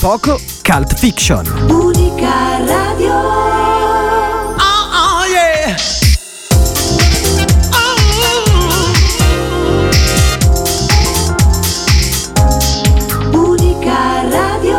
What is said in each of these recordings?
poco Cult Fiction. Unica Radio. Yeah. Unica Radio.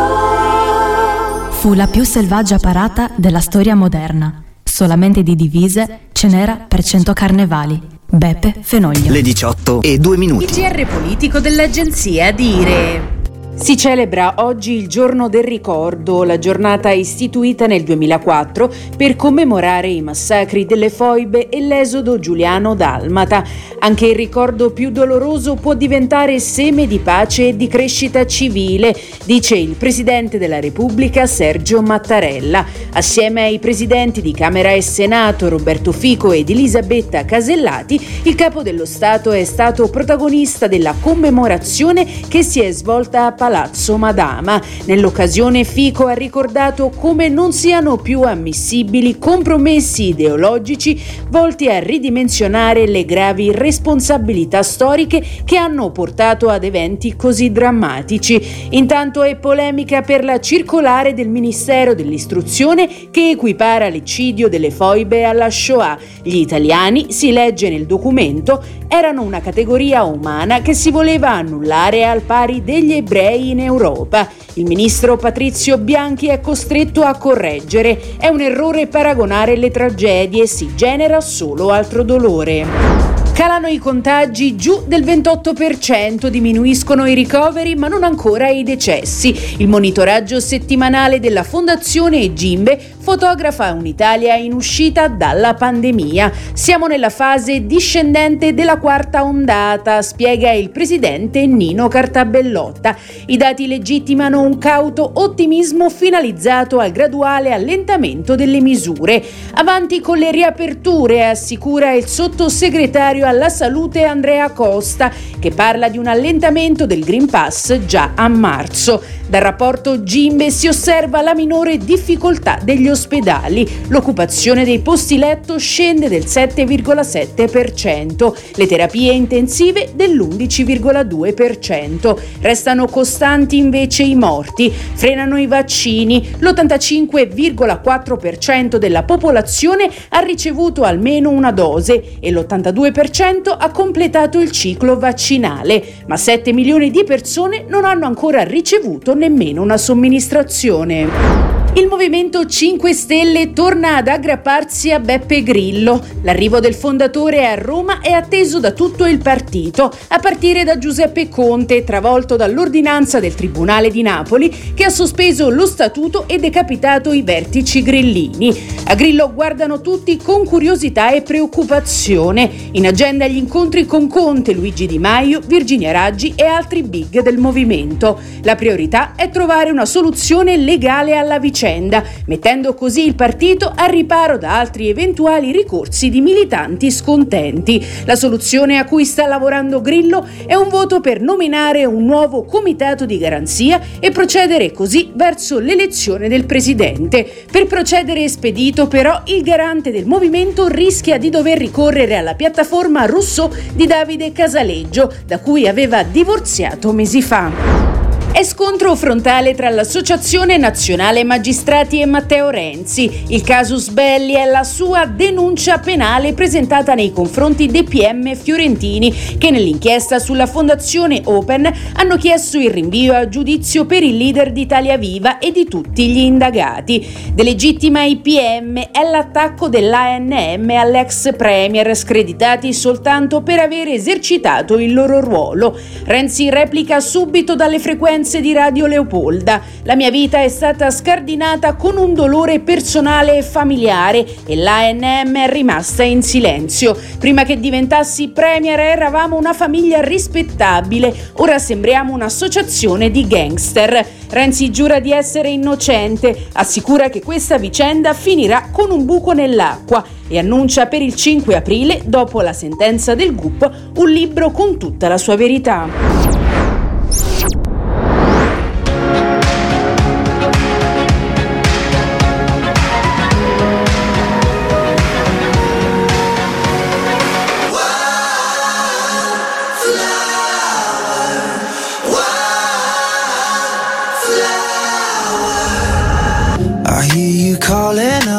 Fu la più selvaggia parata della storia moderna. Solamente di divise ce n'era per 100 carnevali. Beppe Fenoglio. Le 18:02. Il GR politico dell'agenzia Dire. Si celebra oggi il giorno del ricordo, la giornata istituita nel 2004 per commemorare i massacri delle foibe e l'esodo giuliano-dalmata. Anche il ricordo più doloroso può diventare seme di pace e di crescita civile, dice il Presidente della Repubblica Sergio Mattarella. Assieme ai Presidenti di Camera e Senato Roberto Fico ed Elisabetta Casellati, il Capo dello Stato è stato protagonista della commemorazione che si è svolta a Palazzo Madama. Nell'occasione Fico ha ricordato come non siano più ammissibili compromessi ideologici volti a ridimensionare le gravi responsabilità storiche che hanno portato ad eventi così drammatici. Intanto è polemica per la circolare del Ministero dell'Istruzione che equipara l'eccidio delle foibe alla Shoah. Gli italiani, si legge nel documento, erano una categoria umana che si voleva annullare al pari degli ebrei in Europa. Il ministro Patrizio Bianchi è costretto a correggere. È un errore paragonare le tragedie, si genera solo altro dolore. Calano i contagi giù del 28%, diminuiscono i ricoveri ma non ancora i decessi. Il monitoraggio settimanale della Fondazione Gimbe fotografa un'Italia in uscita dalla pandemia. Siamo nella fase discendente della quarta ondata, spiega il presidente Nino Cartabellotta. I dati legittimano un cauto ottimismo finalizzato al graduale allentamento delle misure. Avanti con le riaperture, assicura il sottosegretario alla salute Andrea Costa, che parla di un allentamento del Green Pass già a marzo. Dal rapporto Gimbe si osserva la minore difficoltà degli ospedali. L'occupazione dei posti letto scende del 7,7%, le terapie intensive dell'11,2%. Restano costanti invece i morti, frenano i vaccini. L'85,4% della popolazione ha ricevuto almeno una dose e l'82% ha completato il ciclo vaccinale, ma 7 milioni di persone non hanno ancora ricevuto nemmeno una somministrazione. Il Movimento 5 Stelle torna ad aggrapparsi a Beppe Grillo. L'arrivo del fondatore a Roma è atteso da tutto il partito, a partire da Giuseppe Conte, travolto dall'ordinanza del Tribunale di Napoli che ha sospeso lo statuto e decapitato i vertici grillini. A Grillo guardano tutti con curiosità e preoccupazione. In agenda gli incontri con Conte, Luigi Di Maio, Virginia Raggi e altri big del movimento. La priorità è trovare una soluzione legale alla vicenda, mettendo così il partito al riparo da altri eventuali ricorsi di militanti scontenti. La soluzione a cui sta lavorando Grillo è un voto per nominare un nuovo comitato di garanzia e procedere così verso l'elezione del presidente. Per procedere spedito, però, il garante del movimento rischia di dover ricorrere alla piattaforma Rousseau di Davide Casaleggio, da cui aveva divorziato mesi fa. È scontro frontale tra l'Associazione Nazionale Magistrati e Matteo Renzi. Il casus belli è la sua denuncia penale presentata nei confronti dei PM fiorentini che nell'inchiesta sulla Fondazione Open hanno chiesto il rinvio a giudizio per il leader di Italia Viva e di tutti gli indagati. Delegittima i PM è l'attacco dell'ANM all'ex premier, screditati soltanto per aver esercitato il loro ruolo. Renzi replica subito dalle frequenze di Radio Leopolda. La mia vita è stata scardinata con un dolore personale e familiare e l'ANM è rimasta in silenzio. Prima che diventassi premier eravamo una famiglia rispettabile, ora sembriamo un'associazione di gangster. Renzi giura di essere innocente, assicura che questa vicenda finirà con un buco nell'acqua e annuncia per il 5 aprile, dopo la sentenza del GUP, un libro con tutta la sua verità.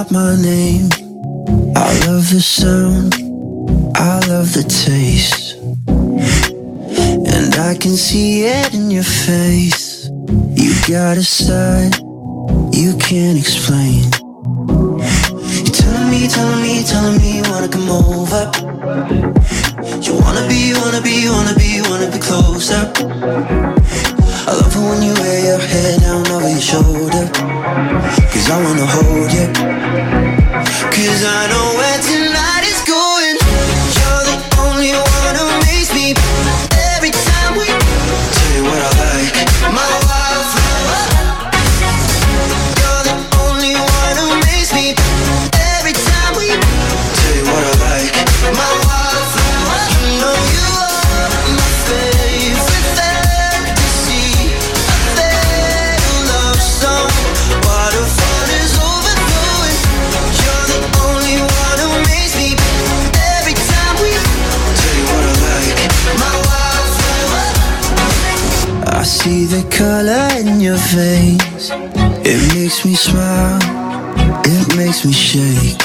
out my name. I love the sound, I love the taste, and I can see it in your face. You got a side you can't explain. You're telling me you wanna come over. You wanna be closer. I love it when you wear your head down over your shoulder. Cause I wanna hold you. Cause I know where tonight is going. You're the only one who makes me every time we tell you what I like. My wildflower. You're the only one who makes me every time we tell you what I like. My wildflower. You know you are my favorite fantasy. A fatal love song. What a fun is overflowing. You're the only one who makes me every time we tell you what I like. My wildflower. I see the color in your face. It makes me smile. It makes me shake.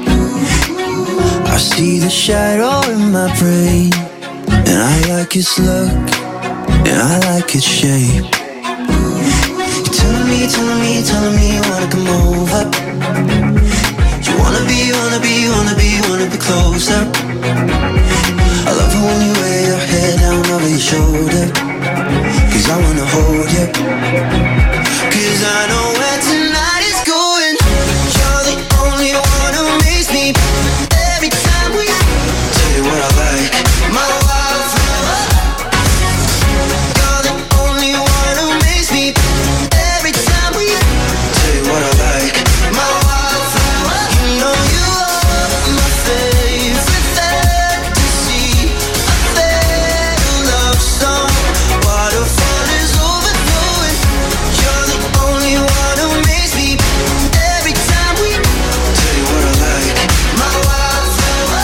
I see the shadow in my brain, and I like its look, and I like its shape. You're telling me you wanna come over. You wanna be closer. I love it when you wear your head down over your shoulder. Cause I wanna hold you. Cause I know where tonight is going. You're the only one who makes me every time we tell you what I like. My wildflower. You're the only one who makes me every time we tell you what I like. My wildflower. You know you are my favorite fantasy. A fatal love song. What a fun is overflowing. You're the only one who makes me every time we tell you what I like. My wildflower.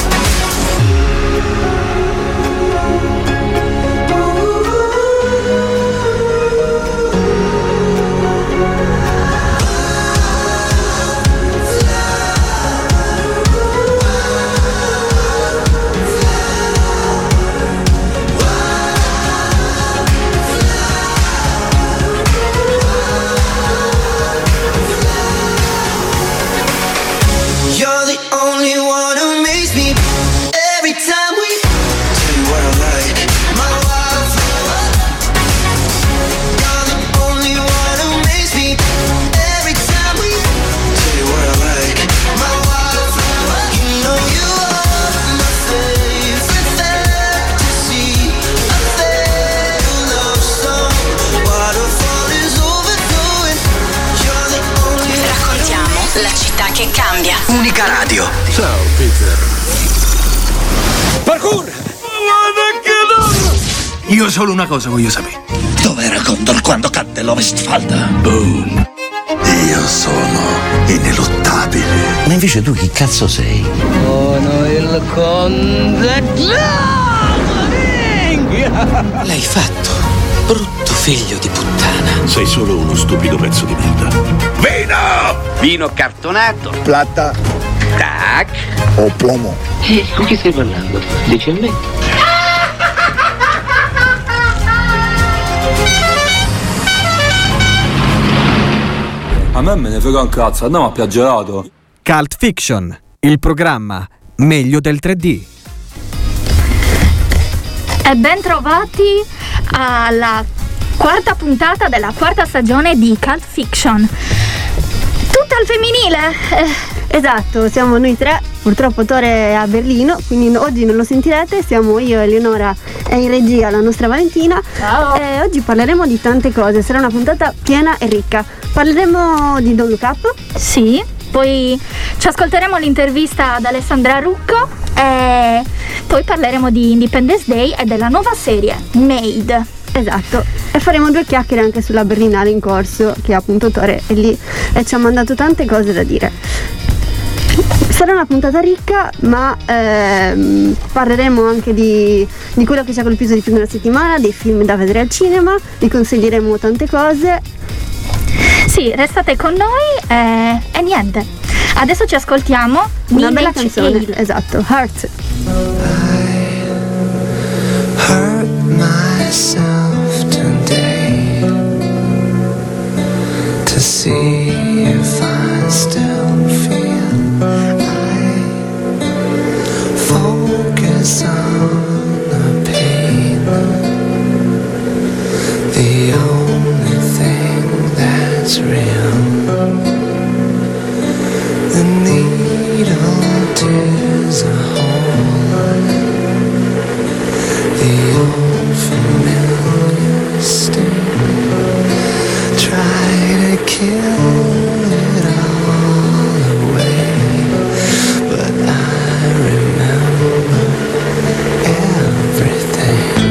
You're the only one who makes me every time we tell you what I like. My wildflower. You're the only one who makes me every time we tell you what I like. My wildflower. You know you are my favorite fantasy. A fatal love song. What a fun is overflowing. You're the only one. Raccontiamo la città che cambia. Unica Radio. Ciao Peter. Parkour! Io solo una cosa voglio sapere. Dov'era Condor quando cadde l'Ovestfalda? Boom. Io sono ineluttabile. Ma invece tu chi cazzo sei? Sono il conte. L'hai fatto, brutto figlio di puttana. Sei solo uno stupido pezzo di merda. Vino! Vino cartonato. Plata Tac. o plomo? Con chi stai parlando? Dici a me? A me ne frega un cazzo, andiamo a Piaggerato. Cult Fiction, il programma meglio del 3D. E ben trovati alla quarta puntata della quarta stagione di Cult Fiction. Tutta al femminile. Esatto, siamo noi tre. Purtroppo Tore è a Berlino, quindi oggi non lo sentirete. Siamo io, Eleonora, e in regia la nostra Valentina. Ciao. E oggi parleremo di tante cose. Sarà una puntata piena e ricca. Parleremo di Don't Look Up. Sì, poi ci ascolteremo l'intervista ad Alessandra Rucco e poi parleremo di Independence Day e della nuova serie Made. Esatto, e faremo due chiacchiere anche sulla Berlinale in corso, che appunto Tore è lì e ci ha mandato tante cose da dire. Sarà una puntata ricca, ma parleremo anche di quello che ci ha colpito di più nella settimana, dei film da vedere al cinema, vi consiglieremo tante cose. Sì, restate con noi e niente. Adesso ci ascoltiamo una bella Nine Inch canzone, Nails. esatto, Heart. Hurt myself today to see if I still feel. I focus on the pain, the only thing that's real. The needle tears a hole, the old familiar sting. Try to kill it all away, but I remember everything.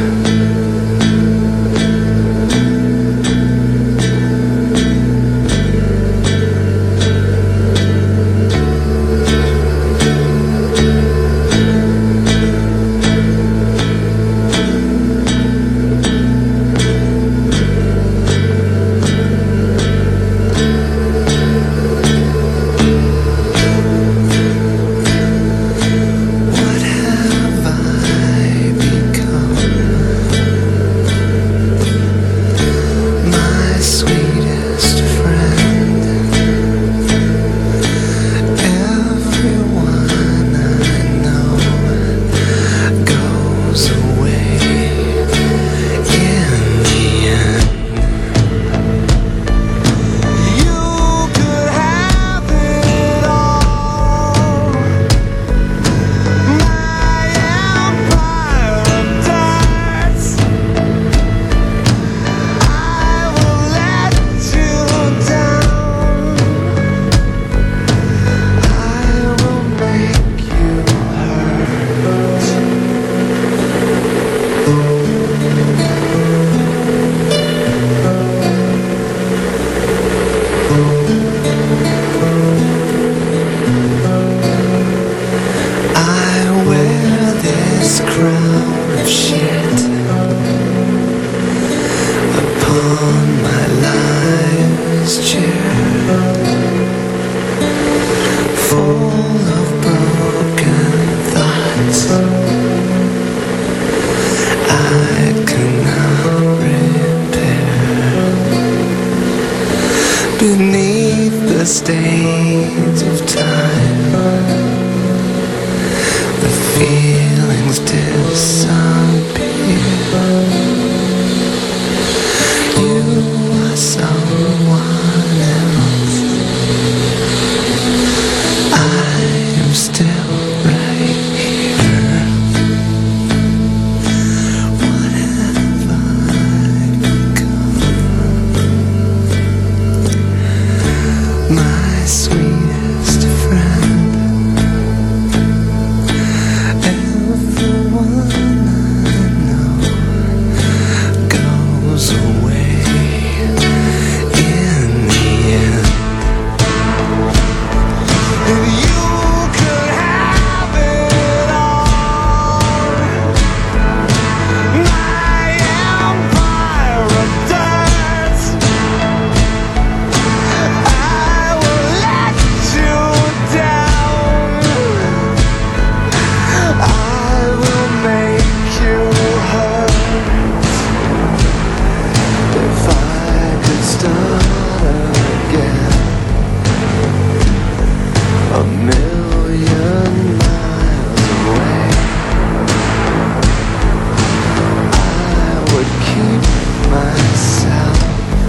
Beneath the stains of time, the feelings disappear. You are someone else. I am still right here. What have I become? My sweetest friend, everyone I know goes away in the end. If you could have it all, my empire of dirt, I will let you down. I will make you hurt. If I could start again, a million miles away, I would keep myself.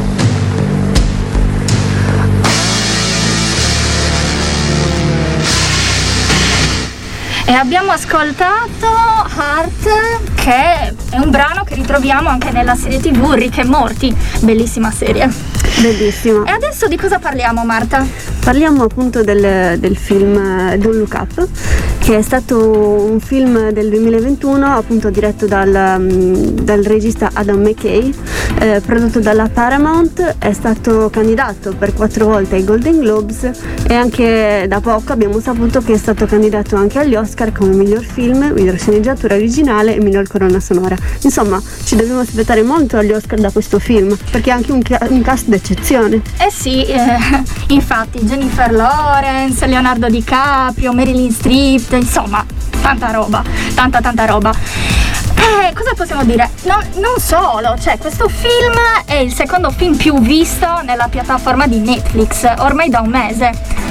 E abbiamo ascoltato Heart, che è un brano che ritroviamo anche nella serie TV Rick e Morty, bellissima serie. Bellissimo. E adesso di cosa parliamo, Marta? Parliamo appunto del film Don't Look Up, che è stato un film del 2021 appunto diretto dal regista Adam McKay, prodotto dalla Paramount. È stato candidato per 4 volte ai Golden Globes e anche da poco abbiamo saputo che è stato candidato anche agli Oscar come miglior film, miglior sceneggiatura originale e miglior colonna sonora. Insomma, ci dobbiamo aspettare molto agli Oscar da questo film, perché è anche un cast d'eccezione. Eh sì, infatti Jennifer Lawrence, Leonardo DiCaprio, Marilyn Streep, insomma, tanta roba, tanta roba. Cosa possiamo dire? Non solo, cioè questo film è il secondo film più visto nella piattaforma di Netflix, ormai da un mese.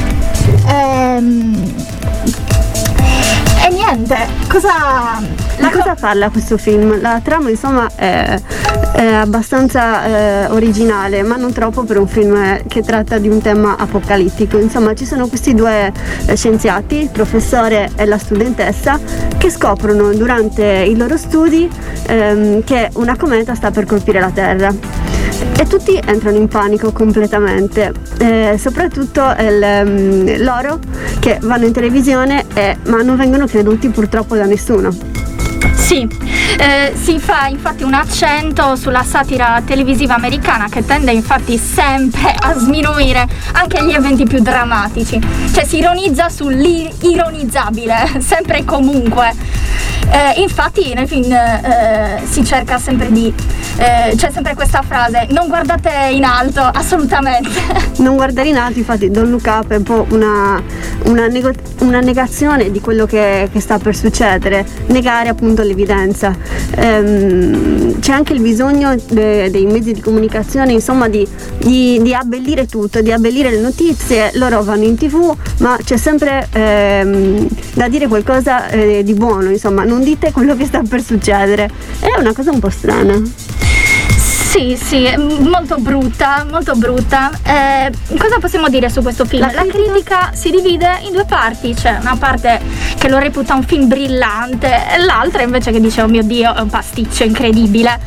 E niente, cosa parla questo film? La trama insomma è abbastanza originale, ma non troppo per un film che tratta di un tema apocalittico. Insomma, ci sono questi due scienziati, il professore e la studentessa, che scoprono durante i loro studi che una cometa sta per colpire la Terra. E tutti entrano in panico completamente, soprattutto loro che vanno in televisione ma non vengono creduti purtroppo da nessuno. Sì, si fa infatti un accento sulla satira televisiva americana che tende infatti sempre a sminuire anche gli eventi più drammatici, cioè si ironizza sull'ironizzabile, sempre e comunque. Infatti nel film si cerca sempre c'è sempre questa frase: non guardate in alto, assolutamente. Non guardare in alto, infatti Don't Look Up è un po' una negazione di quello che sta per succedere, negare appunto l'evidenza. C'è anche il bisogno dei mezzi di comunicazione, insomma, di abbellire tutto, di abbellire le notizie. Loro vanno in TV, ma c'è sempre da dire qualcosa di buono, insomma, non dite quello che sta per succedere. È una cosa un po' strana. Sì, molto brutta. Cosa possiamo dire su questo film? La critica si divide in due parti, c'è una parte che lo reputa un film brillante e l'altra invece che dice: oh mio Dio, è un pasticcio incredibile.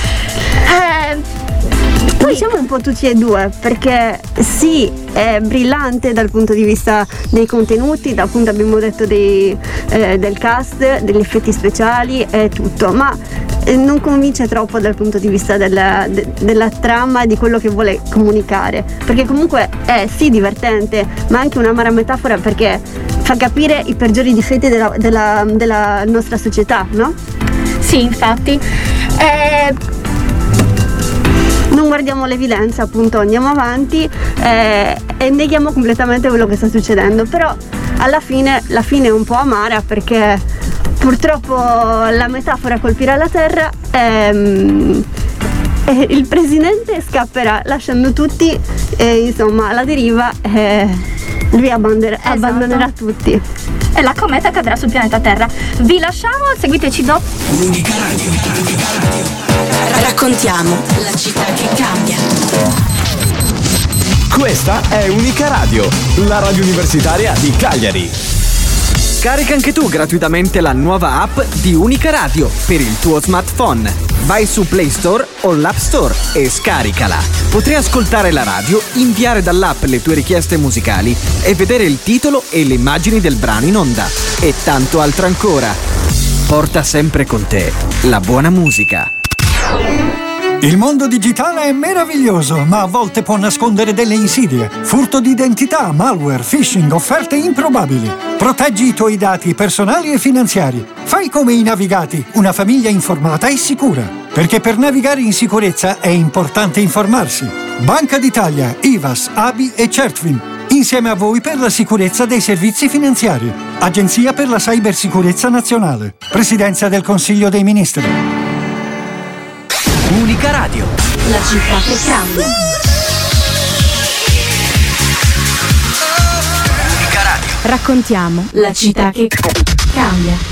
Diciamo un po' tutti e due, perché sì, è brillante dal punto di vista dei contenuti, da appunto abbiamo detto del cast, degli effetti speciali e tutto, ma non convince troppo dal punto di vista della trama e di quello che vuole comunicare, perché comunque è sì divertente, ma anche un'amara metafora, perché fa capire i peggiori difetti della nostra società, no? Sì, infatti. Non guardiamo l'evidenza, appunto, andiamo avanti e neghiamo completamente quello che sta succedendo, però alla fine la fine è un po' amara, perché purtroppo la metafora colpirà la Terra e il presidente scapperà lasciando tutti insomma alla deriva, lui abbandonerà tutti e la cometa cadrà sul pianeta Terra. Vi lasciamo, seguiteci dopo. Unica Radio. Raccontiamo la città che cambia. Questa è Unica Radio, la radio universitaria di Cagliari. Scarica anche tu gratuitamente la nuova app di Unica Radio per il tuo smartphone. Vai su Play Store o l'App Store e scaricala. Potrai ascoltare la radio, inviare dall'app le tue richieste musicali e vedere il titolo e le immagini del brano in onda. E tanto altro ancora. Porta sempre con te la buona musica. Il mondo digitale è meraviglioso, ma a volte può nascondere delle insidie. Furto di identità, malware, phishing, offerte improbabili. Proteggi i tuoi dati personali e finanziari. Fai come i navigati, una famiglia informata e sicura. Perché per navigare in sicurezza è importante informarsi. Banca d'Italia, IVAS, ABI e Certvin. Insieme a voi per la sicurezza dei servizi finanziari. Agenzia per la Cybersicurezza Nazionale. Presidenza del Consiglio dei Ministri. Unica Radio. La città che cambia. Unica Radio. Raccontiamo la città che cambia.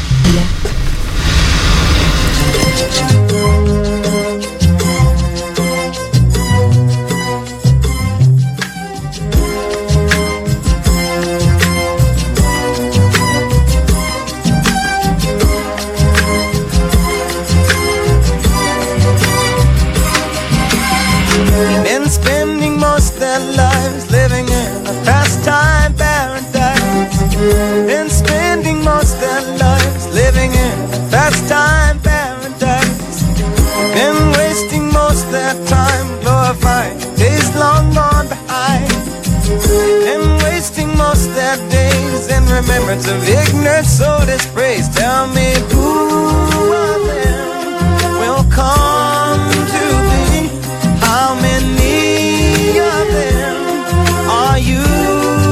Spending most of their lives living in a pastime paradise. Been spending most of their lives living in a pastime paradise. Been wasting most of their time glorifying days long gone behind. Been wasting most of their days in remembrance of ignorant soul dispraise. Tell me who of them will come to be? How many of them are you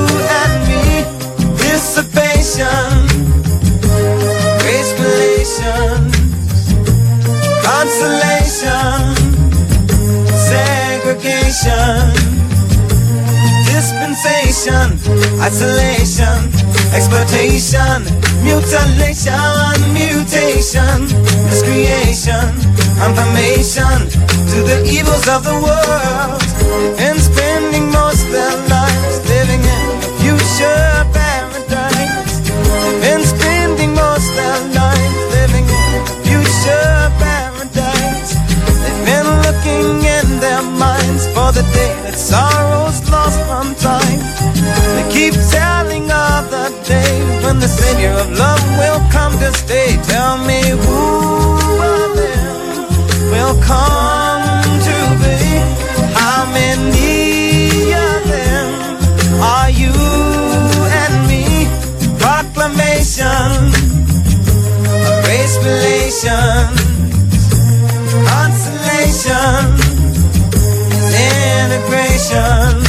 Exploitation, race relations, consolation, segregation, dispensation, isolation, exploitation, mutilation, mutation, miscreation, confirmation to the evils of the world, and spending most of their lives living in a future paradise, and spending most of their lives living in a future paradise. They've been looking in their minds for the day that sorrow's lost from time. They keep telling of the day when the Savior of love will come to stay. Tell me who of them will come to be? How many of them are you and me? Proclamation, race relations, consolation, integration,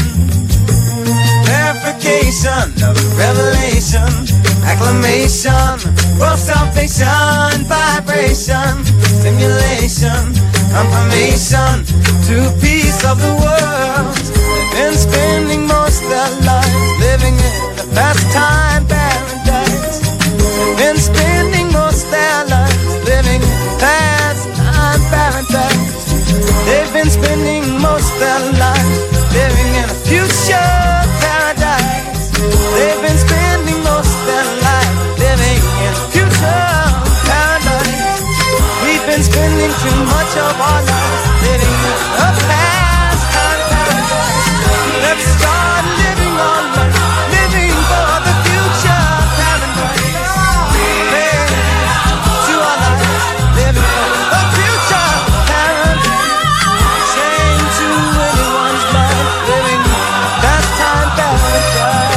verification of revelation, acclamation, world salvation, vibration, stimulation, confirmation to peace of the world. They've been spending most of their lives living in the pastime paradise. They've been spending most of their lives living in pastime paradise. They've been spending most of their lives living in a future paradise. They've been spending most of their lives living in a future paradise. We've been spending too much of our lives living in a pastime paradise. Let's start living on life, living for the future paradise. Pray to our lives, living for the future paradise. Saying to anyone's life, living pastime paradise.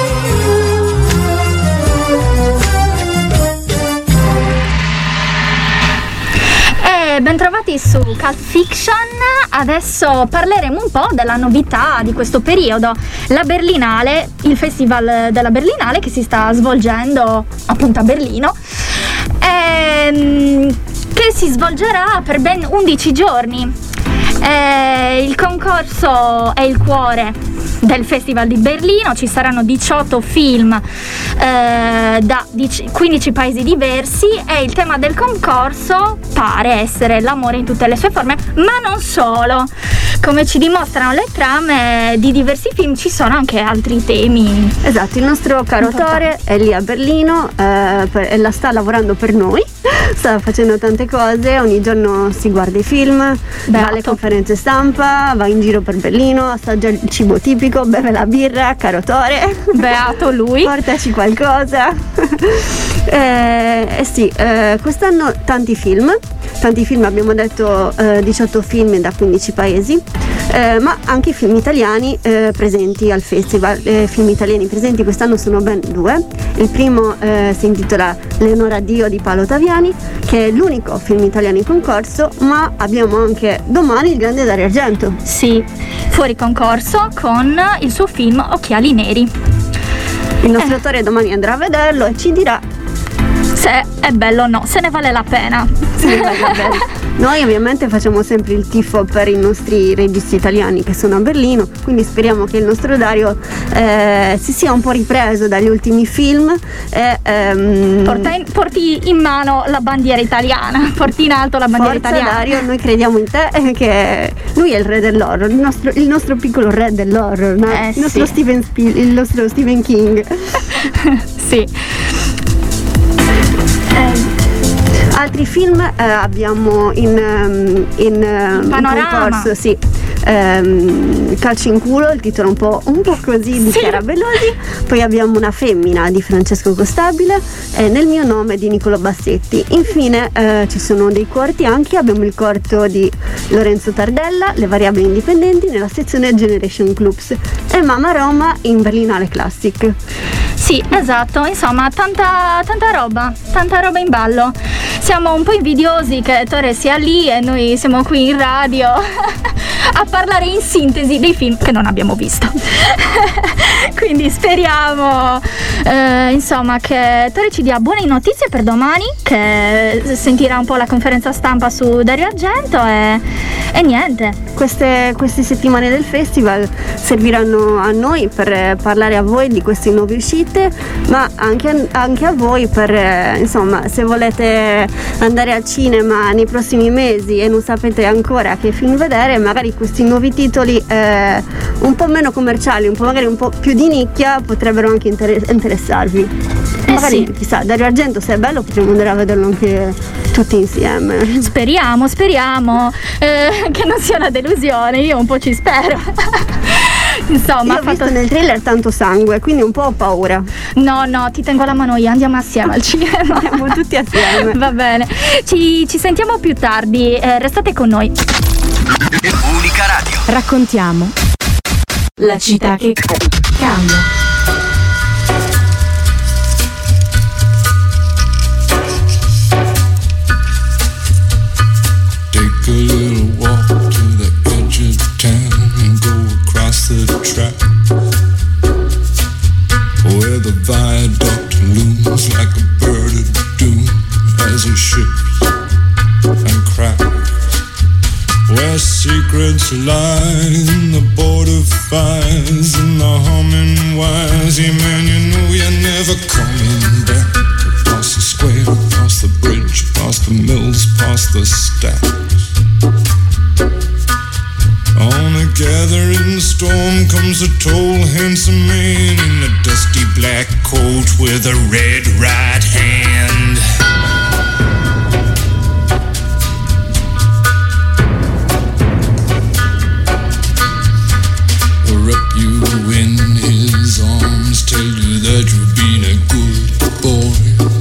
Bentrovati su Cult Fiction. Adesso parleremo un po' della novità di questo periodo, la Berlinale, il festival della Berlinale che si sta svolgendo appunto a Berlino, che si svolgerà per ben 11 giorni. Il concorso è il cuore del Festival di Berlino, ci saranno 18 film da 15 paesi diversi e il tema del concorso pare essere l'amore in tutte le sue forme, ma non solo. Come ci dimostrano le trame di diversi film, ci sono anche altri temi. Esatto, il nostro caro Tore è lì a Berlino e la sta lavorando per noi, sta facendo tante cose, ogni giorno si guarda i film, va alle conferenze stampa, va in giro per Berlino, assaggia il cibo tipico, beve la birra, caro Tore. Beato lui. Portaci qualcosa. Sì, quest'anno tanti film, abbiamo detto 18 film da 15 paesi, ma anche film italiani presenti al festival. Film italiani presenti quest'anno sono ben 2. Il primo si intitola Leonora Dio di Paolo Taviani, che è l'unico film italiano in concorso, ma abbiamo anche domani il grande Dario Argento. Sì, fuori concorso con il suo film Occhiali Neri. Il nostro attore domani andrà a vederlo e ci dirà se è bello o no, se ne vale la pena. Noi ovviamente facciamo sempre il tifo per i nostri registi italiani che sono a Berlino, quindi speriamo che il nostro Dario si sia un po' ripreso dagli ultimi film e porti in mano la bandiera italiana, porti in alto la bandiera Forza italiana. Dario, noi crediamo in te, che lui è il re dell'horror, il nostro piccolo re dell'horror, no? Il nostro Stephen King. Sì. Altri film abbiamo in concorso, sì. Calcio in culo, il titolo un po' così di Chiara Bellosi. Poi abbiamo Una femmina di Francesco Costabile, Nel mio nome di Nicolò Bassetti. Infine ci sono dei corti anche, abbiamo il corto di Lorenzo Tardella, Le variabili indipendenti, nella sezione Generation Clubs, e Mamma Roma in Berlinale Classic. Sì, esatto, insomma, tanta roba in ballo. Siamo un po' invidiosi che Tore sia lì e noi siamo qui in radio a parlare in sintesi dei film che non abbiamo visto. Quindi speriamo insomma che Tore ci dia buone notizie per domani, che sentirà un po' la conferenza stampa su Dario Argento e niente. Queste settimane del festival serviranno a noi per parlare a voi di queste nuove uscite, ma anche a voi per insomma, se volete andare al cinema nei prossimi mesi e non sapete ancora che film vedere, magari questi nuovi titoli un po' meno commerciali, magari un po' più di nicchia, potrebbero anche interessarvi. Magari sì. Chissà, Dario Argento, se è bello potremmo andare a vederlo anche tutti insieme. Speriamo che non sia una delusione, io un po' ci spero. Insomma, io ho visto nel trailer tanto sangue, quindi un po' ho paura. No, ti tengo la mano io, andiamo assieme al cinema. Andiamo tutti assieme. Va bene, ci sentiamo più tardi, restate con noi. Unica Radio. Raccontiamo la città che cambia. Take a little walk to the edge of town and go across the track where the viaduct looms like a bird of doom as it ships and cracks, where secrets lie in the border fires and the humming wires. Yeah, man, you know you're never coming back. Across the square, across the bridge, past the mills, past the stacks. On a gathering storm comes a tall, handsome man in a dusty black coat with a red right hand. He'll wrap you in his arms, tell you that you've been a good boy.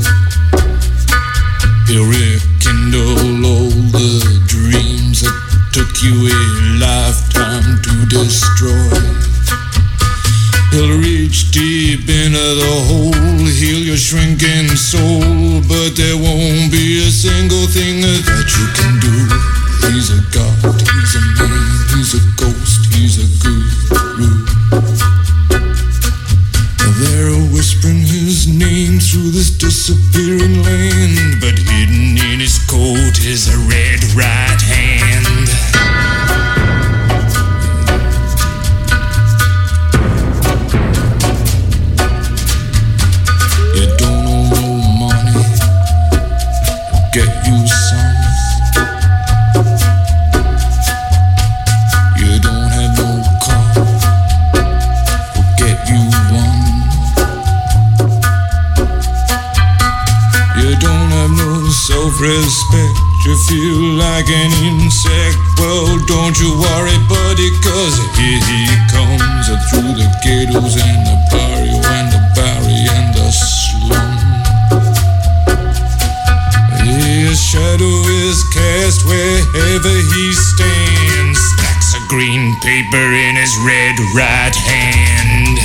He'll rekindle all the dreams that took you a lifetime to destroy. He'll reach deep into the hole, heal your shrinking soul, but there won't be a single thing that you can do. He's a god, he's a man, he's a ghost, he's a guru. They're whispering his name through this disappearing land, but hidden in his coat is a red right hand. You don't owe no money, get you some. You don't have no car, we'll get you one. You don't have no self-respect, you feel like an insect. Well, don't you worry, buddy, cause here he comes through the ghettos and the barrio and the barry and the slum. His shadow is cast wherever he stands, stacks of green paper in his red right hand.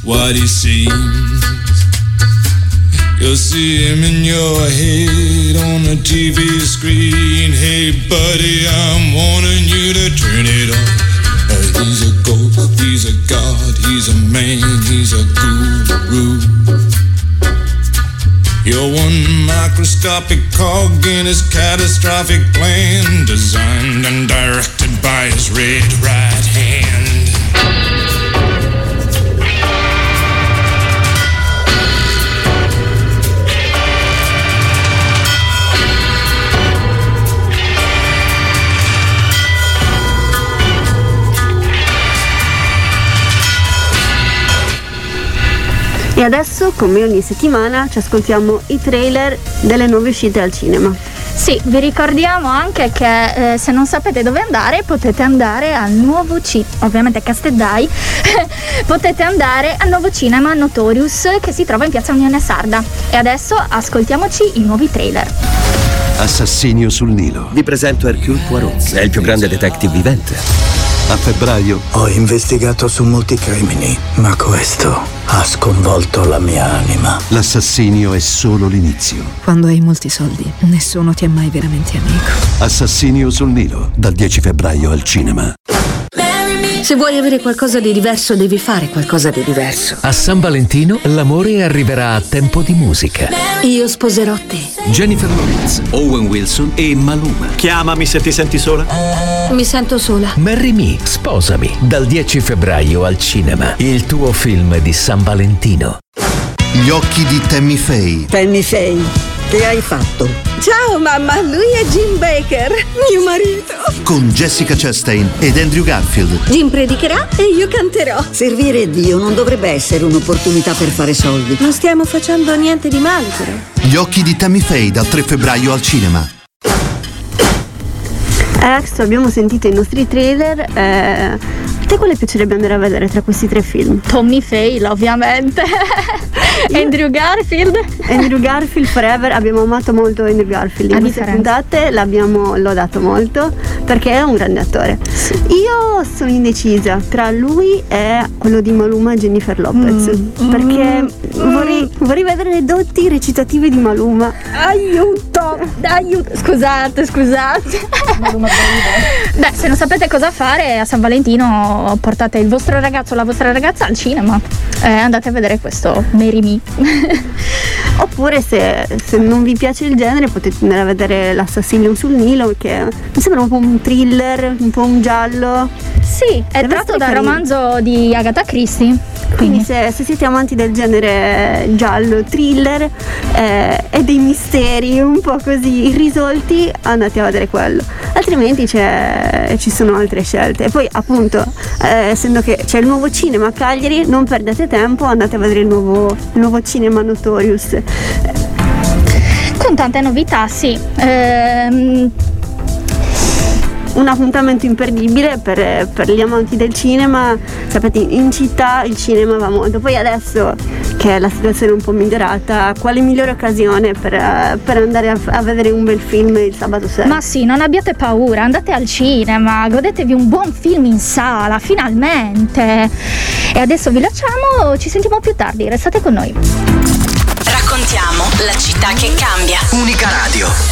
what he seems. You'll see him in your head on the TV screen. Hey buddy, I'm warning you to turn it off. He's a ghost, he's a god, he's a man, he's a guru. You're one microscopic cog in his catastrophic plan, designed and directed by his red right hand. E adesso, come ogni settimana, ci ascoltiamo i trailer delle nuove uscite al cinema. Sì, vi ricordiamo anche che se non sapete dove andare potete andare al nuovo ovviamente Casteldai, potete andare al nuovo cinema Notorious che si trova in piazza Unione Sarda. E adesso ascoltiamoci i nuovi trailer. Assassinio sul Nilo. Vi presento Hercule Poirot, è il più grande detective vivente. A febbraio ho investigato su molti crimini, ma questo ha sconvolto la mia anima. L'assassinio è solo l'inizio. Quando hai molti soldi, nessuno ti è mai veramente amico. Assassinio sul Nilo, dal 10 febbraio al cinema. Se vuoi avere qualcosa di diverso, devi fare qualcosa di diverso. A San Valentino l'amore arriverà a tempo di musica. Io sposerò te. Jennifer Lawrence, Owen Wilson e Maluma. Chiamami se ti senti sola. Mi sento sola. Marry Me, sposami, dal 10 febbraio al cinema. Il tuo film di San Valentino. Gli occhi di Tammy Faye. Tammy Faye, che hai fatto? Ciao mamma, lui è Jim Baker, mio marito. Con Jessica Chastain ed Andrew Garfield. Jim predicherà e io canterò. Servire Dio non dovrebbe essere un'opportunità per fare soldi. Non stiamo facendo niente di male però. Gli occhi di Tammy Faye dal 3 febbraio al cinema. Adesso abbiamo sentito i nostri trailer. A te quale piacerebbe andare a vedere tra questi tre film? Tommy Faye, ovviamente. Andrew Garfield Forever. Abbiamo amato molto Andrew Garfield in queste puntate, l'abbiamo lodato molto perché è un grande attore. Sì. Io sono indecisa tra lui e quello di Maluma e Jennifer Lopez perché vorrei vedere le doti recitative di Maluma. Aiuto. Scusate. Beh, se non sapete cosa fare a San Valentino, portate il vostro ragazzo o la vostra ragazza al cinema e andate a vedere questo Marry Me. Oppure se non vi piace il genere potete andare a vedere l'Assassinio sul Nilo, che mi sembra un po' un thriller, un po' un giallo. Sì, è tratto dal romanzo di Agatha Christie. Quindi se siete amanti del genere giallo, thriller e dei misteri un po' così irrisolti, andate a vedere quello. Altrimenti ci sono altre scelte. E poi appunto essendo che c'è il nuovo cinema a Cagliari, non perdete tempo, andate a vedere il nuovo cinema Notorious. Con tante novità, sì. Un appuntamento imperdibile per gli amanti del cinema. Sapete, in città il cinema va molto. Poi adesso che la situazione è un po' migliorata, quale migliore occasione per andare a vedere un bel film il sabato sera? Ma sì, non abbiate paura, andate al cinema, godetevi un buon film in sala, finalmente. E adesso vi lasciamo, ci sentiamo più tardi, restate con noi. Raccontiamo la città che cambia. Unica Radio.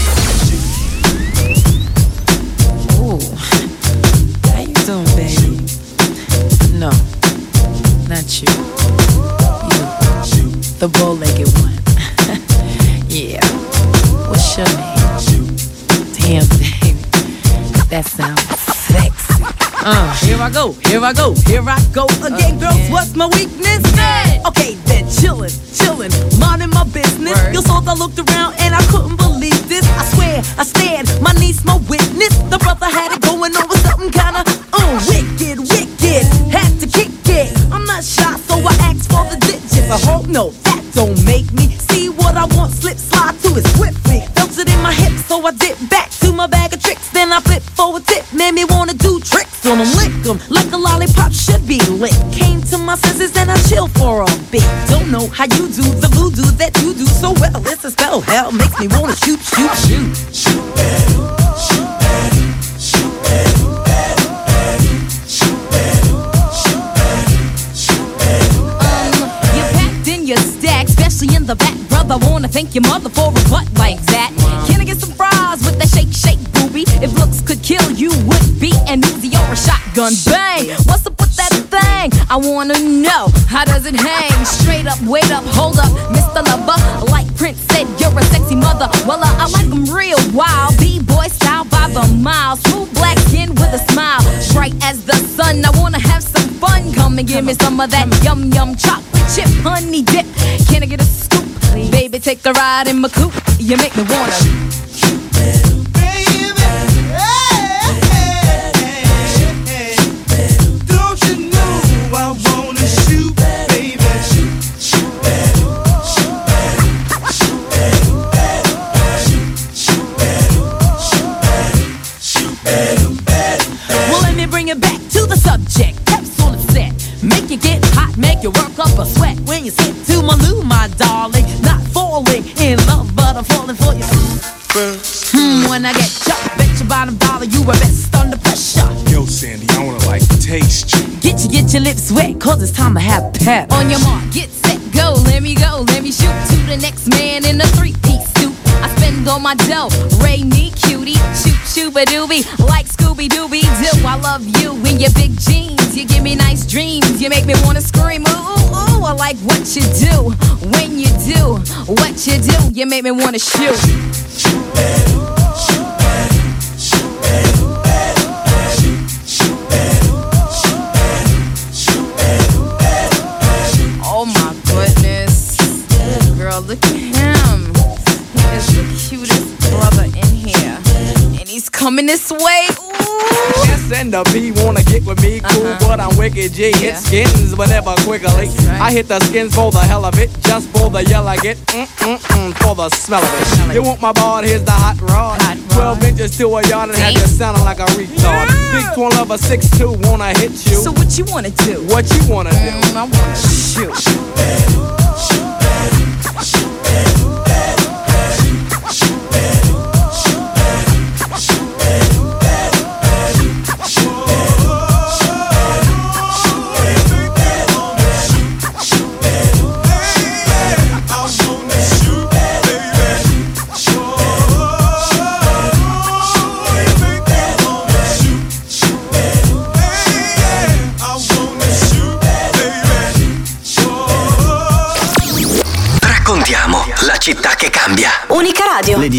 No, not you. You, the bow-legged one. Yeah. What's your name? Damn, baby, that sounds sexy. Here I go again, girls. What's my weakness? Okay, then chillin', minding my business. Yo, so I looked around and I couldn't believe this. I swear, I stand, my niece, my witness. The brother had it going on with something kinda wicked. Had to kick it. I'm not shy, so I asked for the digits. I hope no, that don't make me see what I want. Slip, slide to it swiftly. Felt it in my hips, so I dip back to my bag of tricks. Then I flip for a tip, made me wanna do tricks on them, lick them like a lollipop should be lit. Came to my senses and I chill for a bit. Don't know how you do the voodoo that you do so well. It's a spell, hell makes me wanna shoot. wanna thank your mother for a butt like that. Can I get some fries with that shake, shake, booby? If looks could kill, you would be an Uzi or a shotgun. Bang! What's up with that thing? I wanna know, how does it hang? Straight up, wait up, hold up, Mr. Lover. Like Prince said, you're a sexy mother. Well, I like them real wild. B-boy style by the mile. Smooth black skin with a smile. Bright as the sun, I wanna have some fun. Come and give me some of that yum yum chocolate chip honey dip. Can I get a scoop? Baby, take a ride in my coupe. You make me wanna. Make you get hot, make you work up a sweat when you sit to my loo, my darling. Not falling in love, but I'm falling for you. When I get chopped, bet your bottom dollar you were best under pressure. Yo, Sandy, I wanna taste you. Get your lips wet, cause it's time to have pep. On your mark, get set, go, let me shoot to the next man in a three-piece suit. I spend all my dough, Ray me cutie, shoot shooba-dooby, like Scooby-Dooby-Doo. I love you in your big jeans, you give me nice dreams, you make me wanna scream, ooh, ooh, ooh. I like what you do, when you do, what you do, you make me wanna shoot. Oh my goodness, girl, look at him. He is the cutest brother in here, and he's coming this way. Ooh. S and the B wanna get with me, cool, but I'm wicked G. Hit skins, but never quickly. Right. I hit the skins for the hell of it, just for the yell I get, for the smell of it. You want my ball, here's the hot rod. 12 inches to a yard and have you sounding like a retard. Big 12 of a 6'2", wanna hit you. So what you wanna do? What you wanna do? I wanna shoot. La città che cambia. Unica Radio. Le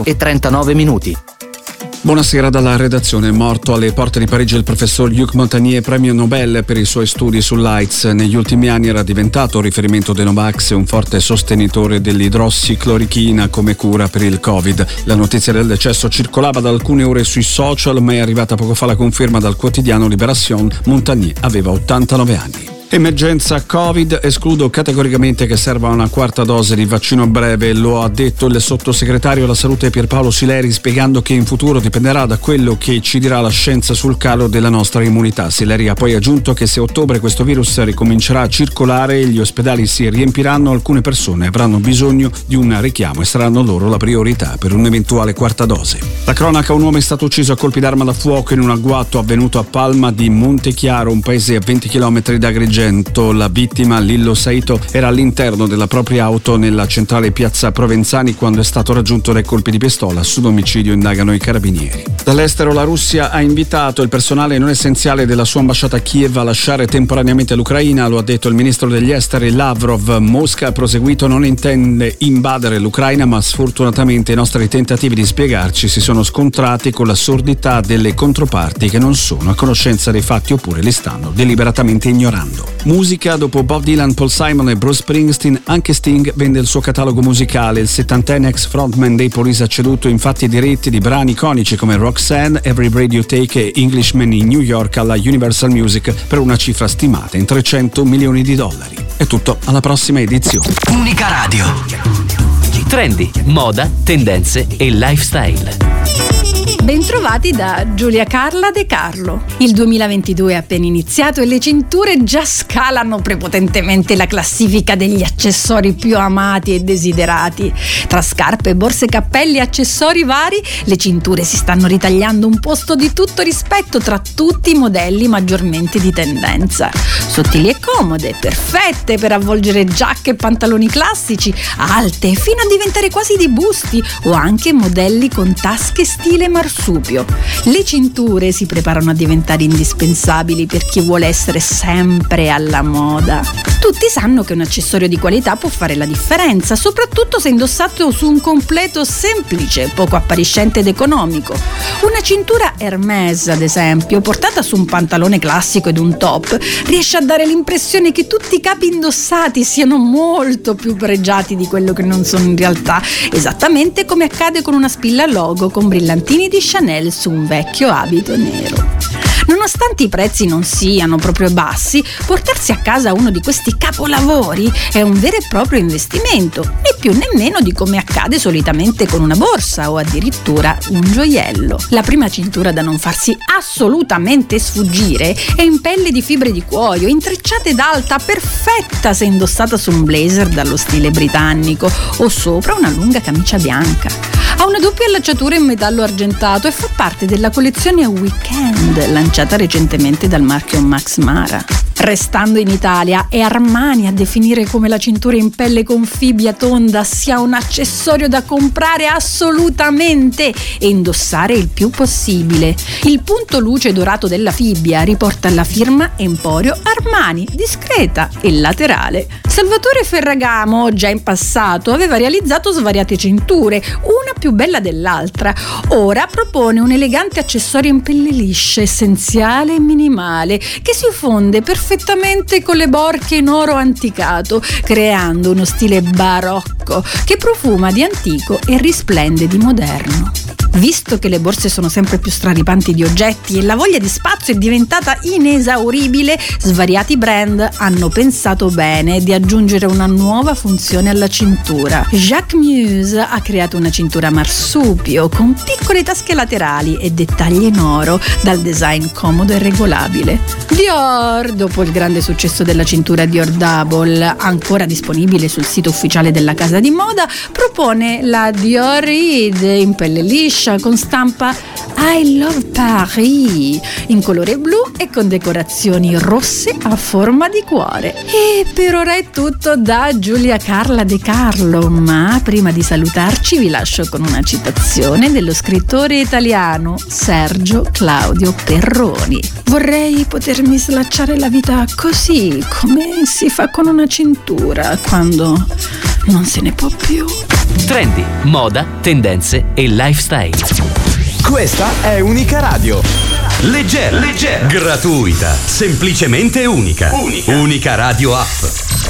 18:39. Buonasera dalla redazione. Morto alle porte di Parigi il professor Luc Montagnier, premio Nobel per i suoi studi sull'AIDS. Negli ultimi anni era diventato riferimento dei Novax e un forte sostenitore dell'idrossiclorochina come cura per il Covid. La notizia del decesso circolava da alcune ore sui social, ma è arrivata poco fa la conferma dal quotidiano Libération. Montagnier aveva 89 anni. Emergenza Covid, escludo categoricamente che serva una quarta dose di vaccino a breve, lo ha detto il sottosegretario alla salute Pierpaolo Sileri, spiegando che in futuro dipenderà da quello che ci dirà la scienza sul calo della nostra immunità. Sileri ha poi aggiunto che se a ottobre questo virus ricomincerà a circolare e gli ospedali si riempiranno, alcune persone avranno bisogno di un richiamo e saranno loro la priorità per un'eventuale quarta dose. La cronaca: un uomo è stato ucciso a colpi d'arma da fuoco in un agguato avvenuto a Palma di Montechiaro, un paese a 20 km da Agrigento. La vittima, Lillo Saito, era all'interno della propria auto nella centrale piazza Provenzani quando è stato raggiunto dai colpi di pistola. Su domicilio indagano i carabinieri. Dall'estero la Russia ha invitato il personale non essenziale della sua ambasciata a Kiev a lasciare temporaneamente l'Ucraina, lo ha detto il ministro degli esteri Lavrov. Mosca ha proseguito: non intende invadere l'Ucraina, ma sfortunatamente i nostri tentativi di spiegarci si sono scontrati con l'assurdità delle controparti che non sono a conoscenza dei fatti oppure li stanno deliberatamente ignorando. Musica: dopo Bob Dylan, Paul Simon e Bruce Springsteen, anche Sting vende il suo catalogo musicale. Il 70enne ex frontman dei Police ha ceduto infatti i diritti di brani iconici come Roxanne, Every Breath You Take e Englishman in New York alla Universal Music per una cifra stimata in $300 milioni. È tutto, alla prossima edizione. Unica Radio. Trendy, moda, tendenze e lifestyle. Bentrovati da Giulia Carla De Carlo. Il 2022 è appena iniziato e le cinture già scalano prepotentemente la classifica degli accessori più amati e desiderati. Tra scarpe, borse, cappelli e accessori vari, le cinture si stanno ritagliando un posto di tutto rispetto tra tutti i modelli maggiormente di tendenza. Sottili e comode, perfette per avvolgere giacche e pantaloni classici, alte fino a diventare quasi dei busti, o anche modelli con tasche stile marsupio. Le cinture si preparano a diventare indispensabili per chi vuole essere sempre alla moda. Tutti sanno che un accessorio di qualità può fare la differenza, soprattutto se indossato su un completo semplice, poco appariscente ed economico. Una cintura Hermès, ad esempio, portata su un pantalone classico ed un top, riesce a dare l'impressione che tutti i capi indossati siano molto più pregiati di quello che non sono in realtà, esattamente come accade con una spilla logo con brillantini di Chanel su un vecchio abito nero. Nonostante i prezzi non siano proprio bassi, portarsi a casa uno di questi capolavori è un vero e proprio investimento, né più né meno di come accade solitamente con una borsa o addirittura un gioiello. La prima cintura da non farsi assolutamente sfuggire è in pelle di fibre di cuoio, intrecciata ed alta, perfetta se indossata su un blazer dallo stile britannico o sopra una lunga camicia bianca. Ha una doppia allacciatura in metallo argentato e fa parte della collezione Weekend, lanciata recentemente dal marchio Max Mara. Restando in Italia, è Armani a definire come la cintura in pelle con fibbia tonda sia un accessorio da comprare assolutamente e indossare il più possibile. Il punto luce dorato della fibbia riporta la firma Emporio Armani, discreta e laterale. Salvatore Ferragamo, già in passato, aveva realizzato svariate cinture, una più bella dell'altra. Ora propone un elegante accessorio in pelle liscia, essenziale e minimale, che si fonde perfettamente con le borchie in oro anticato, creando uno stile barocco che profuma di antico e risplende di moderno. Visto che le borse sono sempre più straripanti di oggetti e la voglia di spazio è diventata inesauribile, svariati brand hanno pensato bene di aggiungere una nuova funzione alla cintura. Jacques Mus ha creato una cintura marsupio con piccole tasche laterali e dettagli in oro dal design comodo e regolabile. Dior, dopo il grande successo della cintura Dior Double, ancora disponibile sul sito ufficiale della casa di moda, propone la Dior Reed in pelle liscia con stampa I Love Paris in colore blu e con decorazioni rosse a forma di cuore. E per ora è tutto da Giulia Carla De Carlo, ma prima di salutarci vi lascio con una citazione dello scrittore italiano Sergio Claudio Perroni. Vorrei potermi slacciare la vita così, come si fa con una cintura quando non se ne può più. Trendy, moda, tendenze e lifestyle. Questa è Unica Radio. Leggera, gratuita, semplicemente unica. Unica Radio App.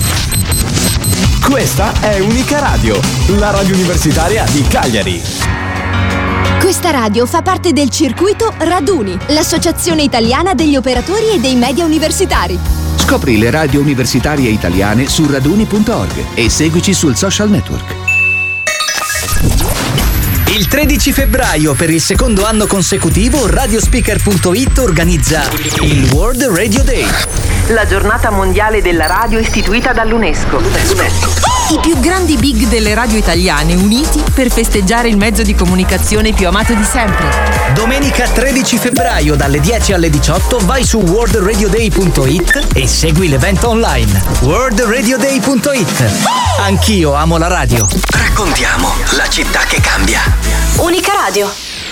Questa è Unica Radio, la radio universitaria di Cagliari. Questa radio fa parte del circuito Raduni, l'associazione italiana degli operatori e dei media universitari. Scopri le radio universitarie italiane su raduni.org e seguici sul social network. Il 13 febbraio, per il secondo anno consecutivo, Radiospeaker.it organizza il World Radio Day, la giornata mondiale della radio istituita dall'UNESCO. I più grandi big delle radio italiane uniti per festeggiare il mezzo di comunicazione più amato di sempre. Domenica 13 febbraio dalle 10 alle 18 vai su worldradioday.it e segui l'evento online. worldradioday.it. Anch'io amo la radio. Raccontiamo la città che cambia. Unica Radio.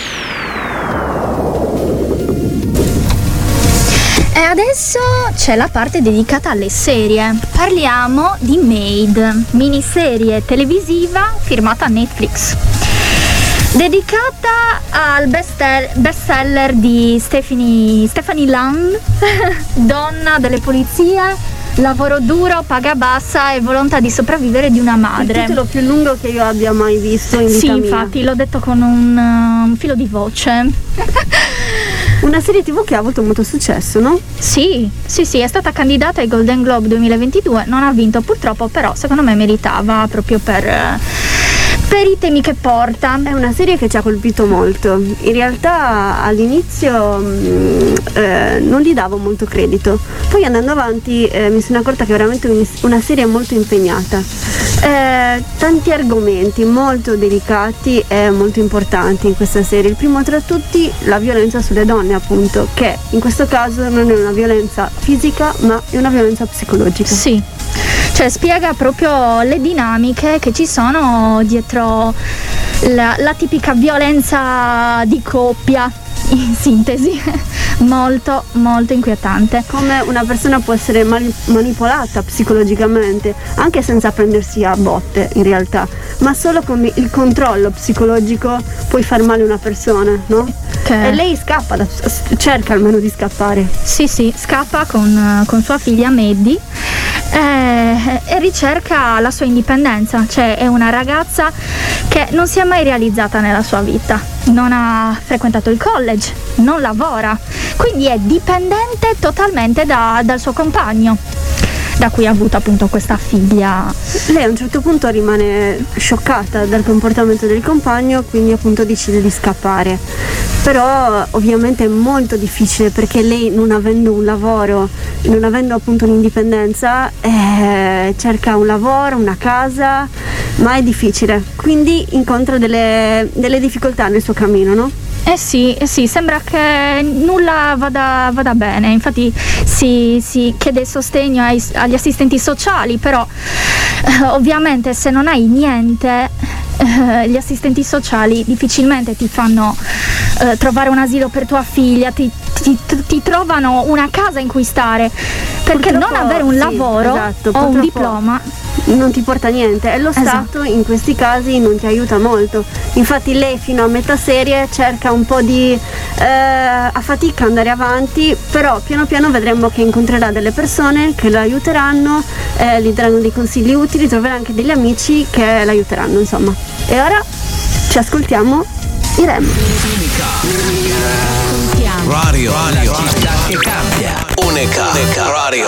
E adesso c'è la parte dedicata alle serie. Parliamo di Maid, miniserie televisiva firmata Netflix. Dedicata al bestseller di Stephanie Land, donna delle pulizie, lavoro duro, paga bassa e volontà di sopravvivere di una madre. Il titolo più lungo che io abbia mai visto in vita mia. Sì, infatti, l'ho detto con un filo di voce. Una serie TV che ha avuto molto successo, no? Sì, è stata candidata ai Golden Globe 2022, non ha vinto purtroppo, però secondo me meritava proprio per per i temi che porta. È una serie che ci ha colpito molto. In realtà all'inizio non gli davo molto credito, poi andando avanti mi sono accorta che è veramente una serie molto impegnata. Tanti argomenti molto delicati e molto importanti in questa serie. Il primo tra tutti, la violenza sulle donne, appunto, che in questo caso non è una violenza fisica ma è una violenza psicologica. Sì, cioè spiega proprio le dinamiche che ci sono dietro la tipica violenza di coppia, in sintesi. Molto molto inquietante. Come una persona può essere manipolata psicologicamente anche senza prendersi a botte, in realtà, ma solo con il controllo psicologico puoi far male a una persona, no? E lei scappa, cerca almeno di scappare. Sì, scappa con sua figlia Maddie e ricerca la sua indipendenza. Cioè è una ragazza che non si è mai realizzata nella sua vita, non ha frequentato il college, non lavora, quindi è dipendente totalmente dal suo compagno, da cui ha avuto appunto questa figlia. Lei a un certo punto rimane scioccata dal comportamento del compagno, quindi appunto decide di scappare. Però ovviamente è molto difficile, perché lei, non avendo un lavoro, non avendo appunto un'indipendenza, cerca un lavoro, una casa, ma è difficile, quindi incontra delle difficoltà nel suo cammino, no? Sì, sembra che nulla vada bene. Infatti si chiede sostegno agli assistenti sociali, però ovviamente se non hai niente, gli assistenti sociali difficilmente ti fanno trovare un asilo per tua figlia, ti trovano una casa in cui stare, perché purtroppo, non avere un lavoro o un diploma non ti porta a niente, e lo Stato in questi casi non ti aiuta molto. Infatti lei fino a metà serie cerca un po' di a fatica andare avanti, però piano piano vedremo che incontrerà delle persone che la aiuteranno, gli daranno dei consigli utili, troverà anche degli amici che la aiuteranno, insomma. E ora ci ascoltiamo Irem. Radio città che cambia. Unica Radio.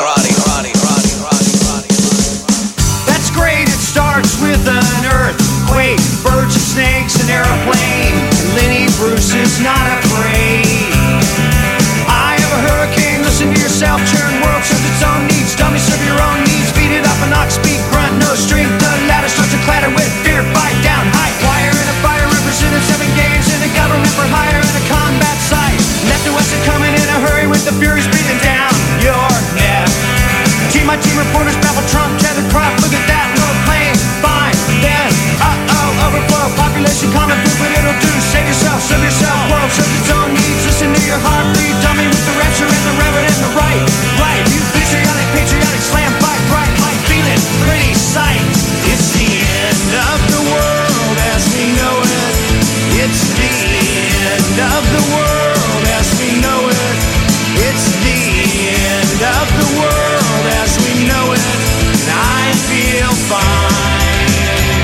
That's great, it starts with an earthquake, birds and snakes, an airplane, and Lenny Bruce is not afraid. I have a hurricane, listen to yourself, churn, world serves its own needs, dummy serve your own needs, beat it up an ox, speak, grunt, no strength, the ladder starts to clatter with fear, fight down, high wire in a fire, represented 7 games in a government for hire in a combat site, left to west and coming in a hurry with the furies breathing down your neck. Team by team reporters babble Trump, tethered crop, look at that, no plane, fine, then, overflow, population common food, but it'll do, save yourself, serve yourself, world serves its own needs, listen to your heartbeat, dummy with the rapture and the reverend and the right, you patriotic, slam, fight, bright, light, feeling, pretty sight, it's the end of the world as we know it, it's the end of the world as we know it, it's the end of the world as we know it, and I feel fine.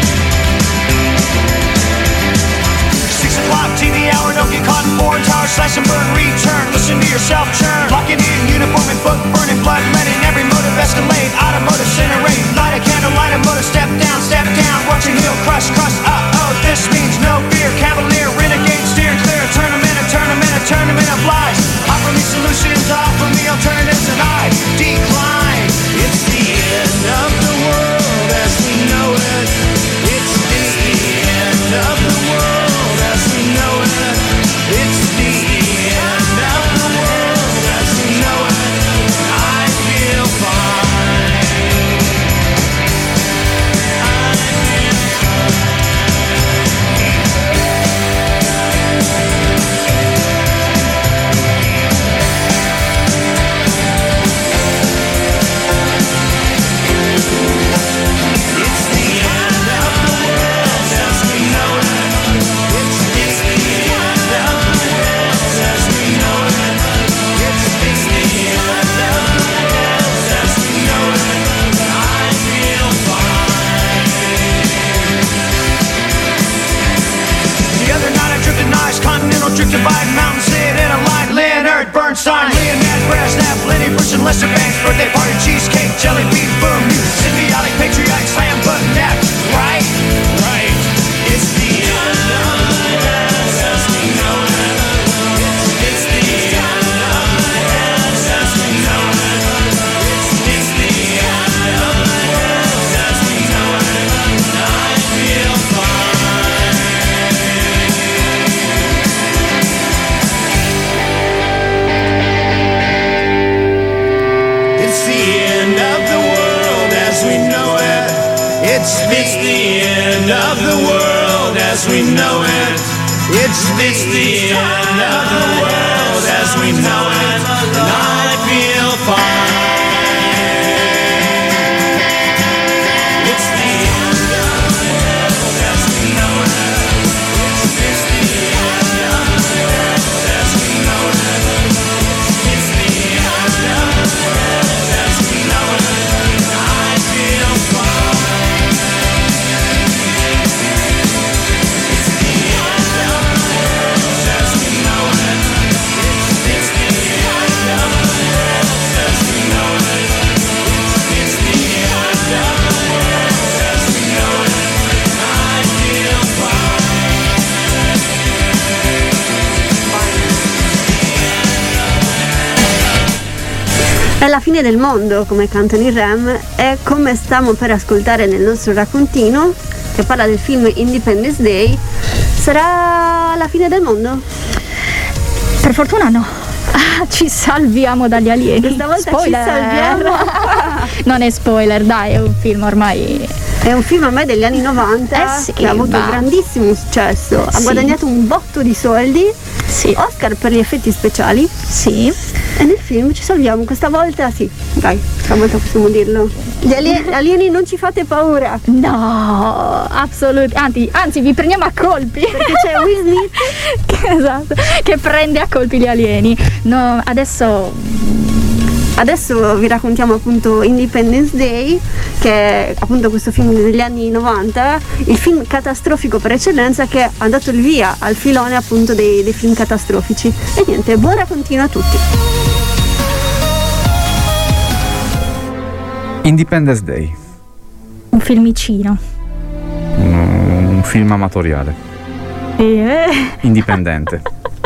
6 o'clock TV hour, don't get caught in foreign towers, slash and burn, return, listen to yourself churn, locking in, uniform and book, burning blood, letting every motive escalate, automotive incinerate, light a candle, light a motor, step down, watch your heel crush, this means no fear, cavalier, renegade, steer clear, tournament of lies, offer me solutions, offer me alternatives, and I decline. It's the end of the world as we know it, it's the end of the world as we know it, it's the end of the world as we know it, I feel fine. Drift divide, mountain sit in a line, Leonard Bernstein, Leonard Brezhnev, Lenny Bruce and Lester Banks, birthday party, cheesecake, jelly bean, boom, symbiotic, patriotic, slam button, that's right, It's the end of the world as we know it. It's the end of the world as we know it. And I feel fine. It's the end of the world as we know it. It's the end of the world as we know it. It's the end of the world as we know it. And I feel fine. È la fine del mondo, come cantano i Rem, e come stiamo per ascoltare nel nostro raccontino, che parla del film Independence Day, sarà la fine del mondo? Per fortuna no. Ci salviamo dagli alieni. Questa volta spoiler. Ci salviamo. Non è spoiler, dai, è un film ormai. È un film ormai degli anni 90 sì, che ha avuto grandissimo successo. Ha guadagnato un botto di soldi. Sì. Oscar per gli effetti speciali. Sì. E nel film ci salviamo, questa volta sì. Dai, questa volta possiamo dirlo. Gli alieni non ci fate paura. No, assolutamente. Anzi, vi prendiamo a colpi. Perché c'è Will Smith esatto, che prende a colpi gli alieni. No, adesso vi raccontiamo appunto Independence Day, che è appunto questo film degli anni 90, il film catastrofico per eccellenza, che ha dato il via al filone appunto dei film catastrofici. E niente, buon raccontino a tutti. Independence Day. Un filmicino. Un film amatoriale. Indipendente.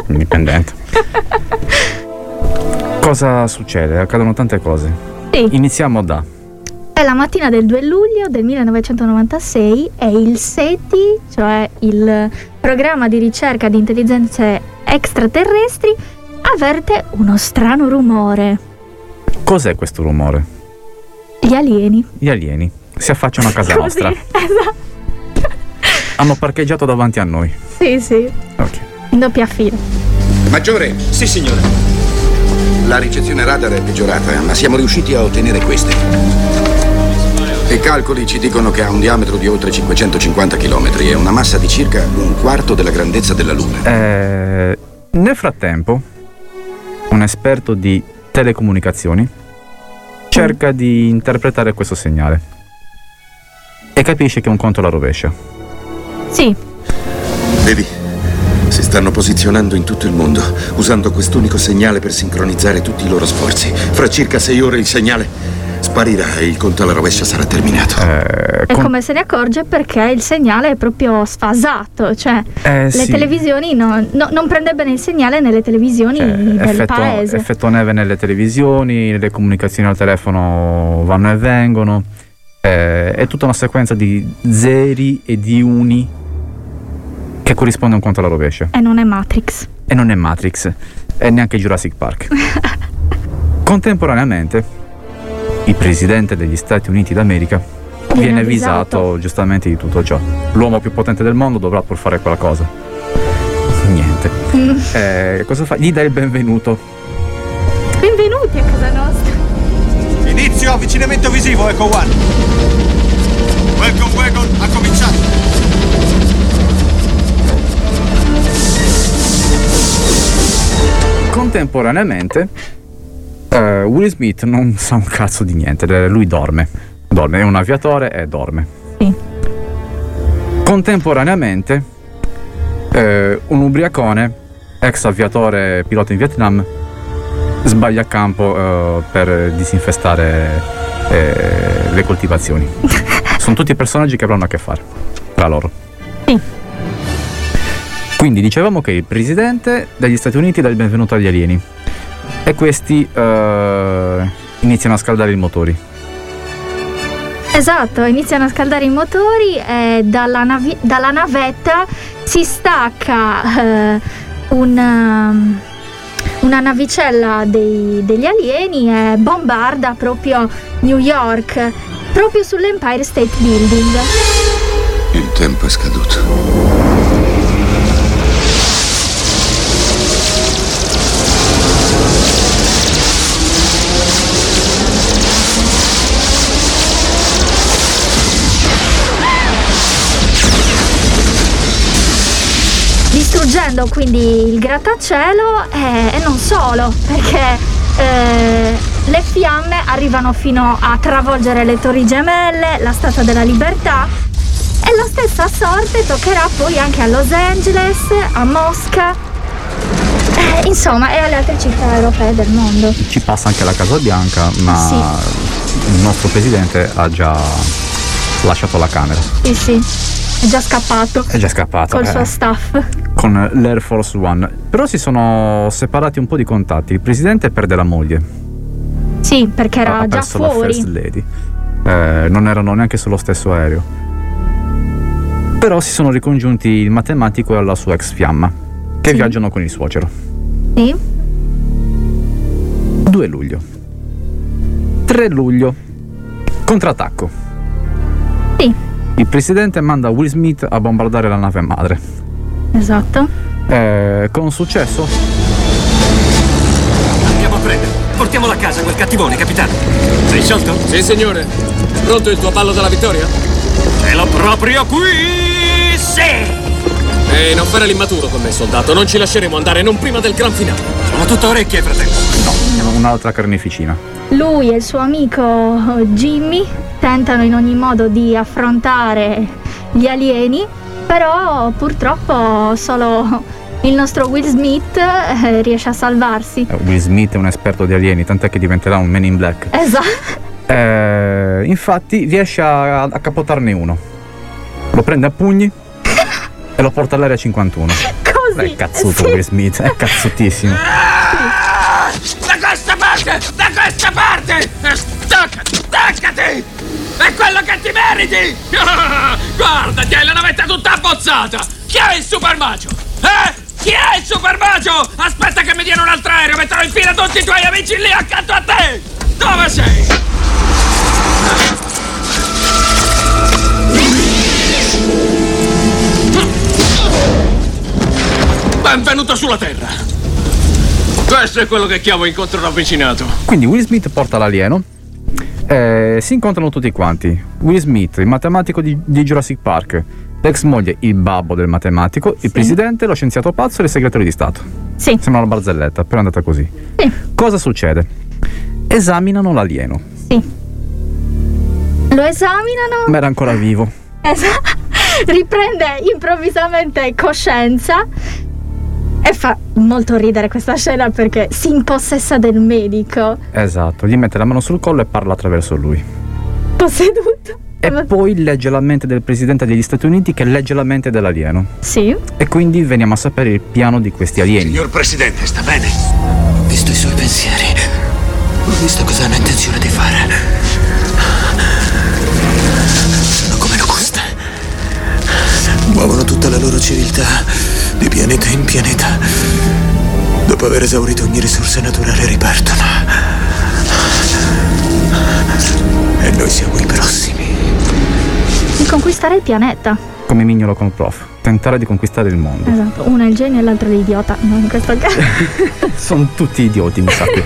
Cosa succede? Accadono tante cose. Sì. Iniziamo da... È la mattina del 2 luglio del 1996 e il SETI, cioè il programma di ricerca di intelligenze extraterrestri, avverte uno strano rumore. Cos'è questo rumore? Gli alieni. Gli alieni si affacciano a casa nostra. Esatto. Hanno parcheggiato davanti a noi. Sì. Ok. In doppia fila. Maggiore. Sì, signore. La ricezione radar è peggiorata, ma siamo riusciti a ottenere queste. I calcoli ci dicono che ha un diametro di oltre 550 km e una massa di circa un quarto della grandezza della Luna. Nel frattempo, un esperto di telecomunicazioni cerca di interpretare questo segnale e capisce che un conto alla rovescia. Sì. Vedi, si stanno posizionando in tutto il mondo, usando quest'unico segnale per sincronizzare tutti i loro sforzi. Fra circa 6 ore il segnale sparirà e il conto alla rovescia sarà terminato. E come se ne accorge perché il segnale è proprio sfasato, cioè le televisioni non prende bene il segnale nelle televisioni del paese. Effetto neve nelle televisioni, le comunicazioni al telefono vanno e vengono, è tutta una sequenza di zeri e di uni che corrisponde a un conto alla rovescia. E non è Matrix. E neanche Jurassic Park. Contemporaneamente il presidente degli Stati Uniti d'America viene avvisato giustamente di tutto ciò. L'uomo più potente del mondo dovrà pur fare qualcosa. Niente. Cosa fa? Gli dà il benvenuto. Benvenuti a casa nostra. Inizio avvicinamento visivo, Echo One. Welcome Wagon ha cominciato. Contemporaneamente Will Smith non sa un cazzo di niente, lui dorme, è un aviatore e dorme. Sì. Contemporaneamente un ubriacone, ex aviatore pilota in Vietnam, sbaglia campo per disinfestare le coltivazioni. Sono tutti personaggi che avranno a che fare tra loro. Sì. Quindi dicevamo che il presidente degli Stati Uniti dà il benvenuto agli alieni e questi iniziano a scaldare i motori. Esatto, iniziano a scaldare i motori e dalla navetta si stacca una navicella degli alieni e bombarda proprio New York. proprio sull'Empire State Building. Il tempo è scaduto. Distruggendo quindi il grattacielo e non solo, perché le fiamme arrivano fino a travolgere le Torri Gemelle, la Statua della Libertà, e la stessa sorte toccherà poi anche a Los Angeles, a Mosca, insomma, e alle altre città europee del mondo. Ci passa anche la Casa Bianca, ma sì, il nostro presidente ha già lasciato la Camera. Sì, è già scappato. Col suo staff. Con l'Air Force One. Però si sono separati un po' di contatti. Il presidente perde la moglie. Sì, perché era già perso fuori. La First Lady. Non erano neanche sullo stesso aereo. Però si sono ricongiunti il matematico e la sua ex fiamma, che viaggiano con il suocero. Sì. 2 luglio. 3 luglio. Contrattacco. Sì. Il presidente manda Will Smith a bombardare la nave madre. Esatto. Con successo? Andiamo a prendere. Portiamolo a casa quel cattivone, capitano. Sei sciolto? Sì, signore. Pronto il tuo ballo della vittoria? Ce l'ho proprio qui! Sì! Ehi, non fare l'immaturo con me, soldato. Non ci lasceremo andare non prima del gran finale. Sono tutto orecchie, fratello. No, un'altra carneficina. Lui e il suo amico Jimmy tentano in ogni modo di affrontare gli alieni, però purtroppo solo il nostro Will Smith riesce a salvarsi. Will Smith è un esperto di alieni, tant'è che diventerà un Man in Black. Esatto. Infatti riesce a capotarne uno. Lo prende a pugni e lo porta all'area 51. Così. È cazzuto Will Smith, è cazzutissimo. Da questa parte! Da questa parte! Staccati! È quello che ti meriti! Guardati, hai la navetta tutta abbozzata! Chi è il super macio? Chi è il super macio? Aspetta che mi diano un altro aereo, metterò in fila tutti i tuoi amici lì accanto a te! Dove sei? Benvenuto sulla Terra! Questo è quello che chiamo incontro ravvicinato. Quindi Will Smith porta l'alieno. Si incontrano tutti quanti. Will Smith, il matematico di Jurassic Park, l'ex moglie, il babbo del matematico, il presidente, lo scienziato pazzo e il segretario di Stato. Sì. Sembra una barzelletta, però è andata così. Sì. Cosa succede? Esaminano l'alieno. Sì. Lo esaminano. Ma era ancora vivo. Riprende improvvisamente coscienza. E fa molto ridere questa scena perché si impossessa del medico. Esatto, gli mette la mano sul collo e parla attraverso lui. Posseduto. E poi legge la mente del presidente degli Stati Uniti che legge la mente dell'alieno. Sì. E quindi veniamo a sapere il piano di questi alieni. Signor Presidente, sta bene? Ho visto i suoi pensieri. Ho visto cosa hanno intenzione di fare. Sono come locuste. Muovono tutta la loro civiltà di pianeta in pianeta. Dopo aver esaurito ogni risorsa naturale ripartono. E noi siamo i prossimi. Di conquistare il pianeta. Come Mignolo con il prof. Tentare di conquistare il mondo. Esatto, uno è il genio e l'altro è l'idiota. No, in questo caso. Sono tutti idioti, mi sa che.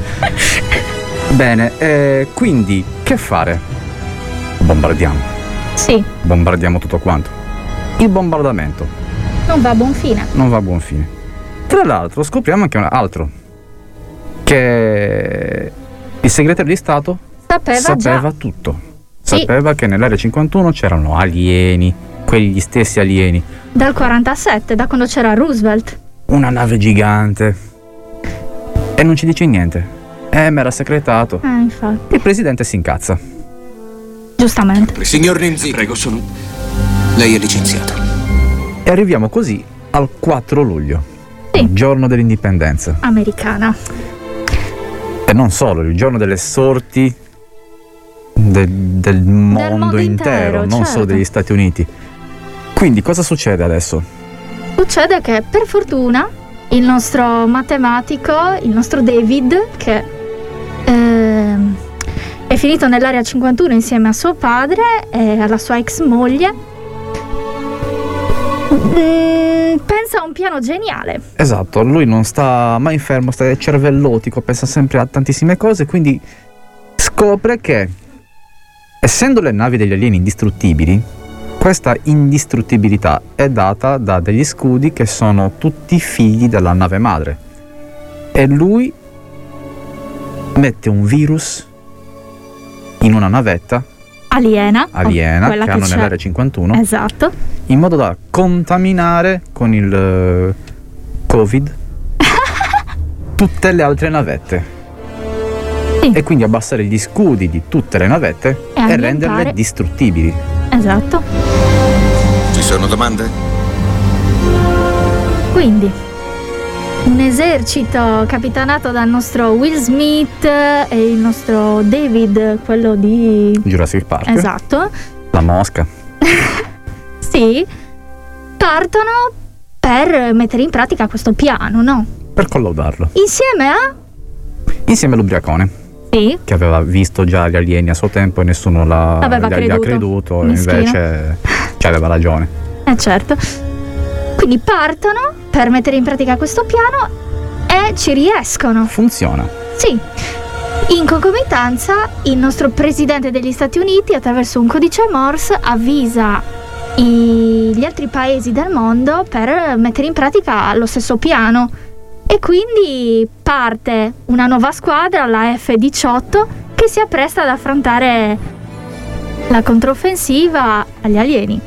Bene, quindi che fare? Bombardiamo. Sì. Bombardiamo tutto quanto. Il bombardamento non va a buon fine. Non va a buon fine. Tra l'altro scopriamo anche un altro. Che il segretario di Stato sapeva tutto. Sì. Sapeva che nell'area 51 c'erano alieni, quegli stessi alieni. Dal 47, da quando c'era Roosevelt. Una nave gigante. E non ci dice niente. Ma era segretato. Infatti. Il presidente si incazza. Giustamente. Signor Renzi, prego, lei è licenziato. E arriviamo così al 4 luglio, il giorno dell'indipendenza americana. E non solo, il giorno delle sorti del mondo intero, non solo degli Stati Uniti. Quindi cosa succede adesso? Succede che per fortuna il nostro matematico, il nostro David, che è è finito nell'area 51 insieme a suo padre e alla sua ex moglie. Pensa a un piano geniale. Esatto, lui non sta mai fermo, sta cervellotico, pensa sempre a tantissime cose, quindi scopre che, essendo le navi degli alieni indistruttibili, questa indistruttibilità è data da degli scudi che sono tutti figli della nave madre. E lui mette un virus in una navetta aliena che hanno nell'area 51, esatto, in modo da contaminare con il Covid tutte le altre navette, sì. E quindi abbassare gli scudi di tutte le navette e renderle distruttibili. Esatto. Ci sono domande? Quindi un esercito capitanato dal nostro Will Smith e il nostro David, quello di Jurassic Park. Esatto. La mosca. Sì. Partono per mettere in pratica questo piano, no? Per collaudarlo. Insieme all'ubriacone. Sì. Che aveva visto già gli alieni a suo tempo e nessuno gli ha creduto. Invece aveva ragione. Certo. Quindi partono per mettere in pratica questo piano e ci riescono. Funziona. Sì. In concomitanza, il nostro presidente degli Stati Uniti, attraverso un codice Morse, avvisa gli altri paesi del mondo per mettere in pratica lo stesso piano. E quindi parte una nuova squadra, la F-18, che si appresta ad affrontare la controffensiva agli alieni.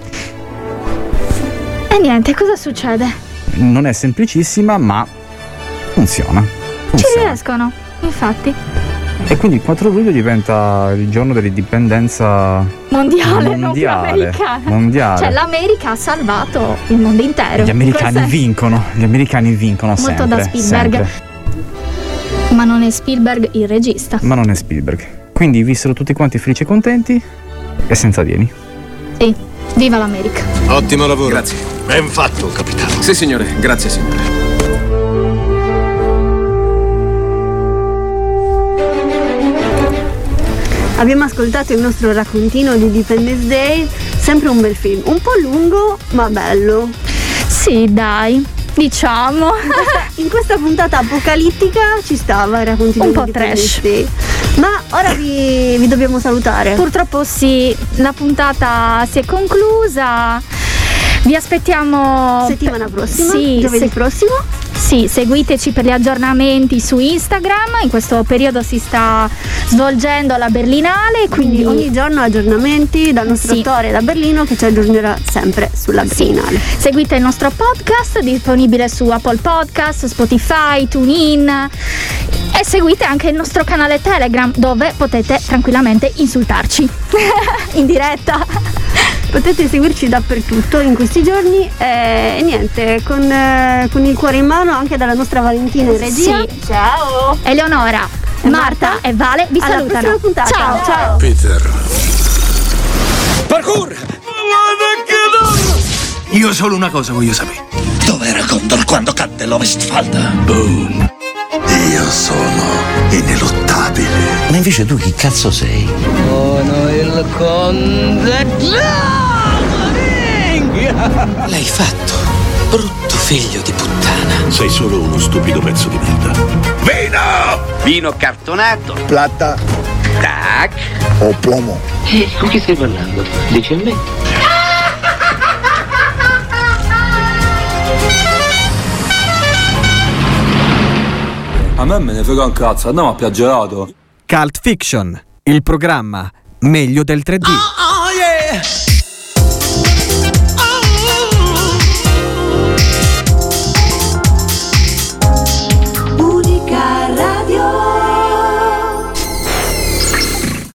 E niente, cosa succede? Non è semplicissima, ma funziona. Ci riescono, infatti. E quindi il 4 luglio diventa il giorno dell'indipendenza mondiale. Non più americana. Mondiale. Cioè l'America ha salvato il mondo intero. Gli americani vincono molto sempre. Da Spielberg. Sempre. Ma non è Spielberg il regista. Quindi vissero tutti quanti felici e contenti e senza alieni. Sì, viva l'America. Ottimo lavoro. Grazie. Ben fatto, capitano. Sì, signore. Grazie, signore. Abbiamo ascoltato il nostro raccontino di Independence Day, sempre un bel film, un po' lungo ma bello. Sì, dai, diciamo. In questa puntata apocalittica ci stava il raccontino un di po' Independence trash. Day. Ma ora vi dobbiamo salutare. Purtroppo sì, la puntata si è conclusa. Vi aspettiamo settimana prossima, sì, giovedì prossimo. Sì, seguiteci per gli aggiornamenti su Instagram. In questo periodo si sta svolgendo la Berlinale, quindi ogni giorno aggiornamenti dal nostro attore da Berlino che ci aggiornerà sempre sulla Berlinale. Seguite il nostro podcast disponibile su Apple Podcast, Spotify, TuneIn e seguite anche il nostro canale Telegram dove potete tranquillamente insultarci in diretta. Potete seguirci dappertutto in questi giorni e niente, con il cuore in mano anche dalla nostra Valentina in regia. Sì. Ciao. Eleonora, Marta e Vale vi alla salutano. Prossima puntata. Ciao. Peter. Parkour! Io solo una cosa voglio sapere. Dov'era Condor quando cadde l'Ovestfalda? Boom. Io sono ineluttabile. Ma invece tu chi cazzo sei? Sono il conte. L'hai fatto, brutto figlio di puttana. Sei solo uno stupido pezzo di merda. Vino! Vino cartonato. Plata. Tac. O plomo. Con chi stai parlando? Dici a me? A me ne frega un cazzo, andiamo a piaggerato. Cult Fiction, il programma meglio del 3D. Oh yeah!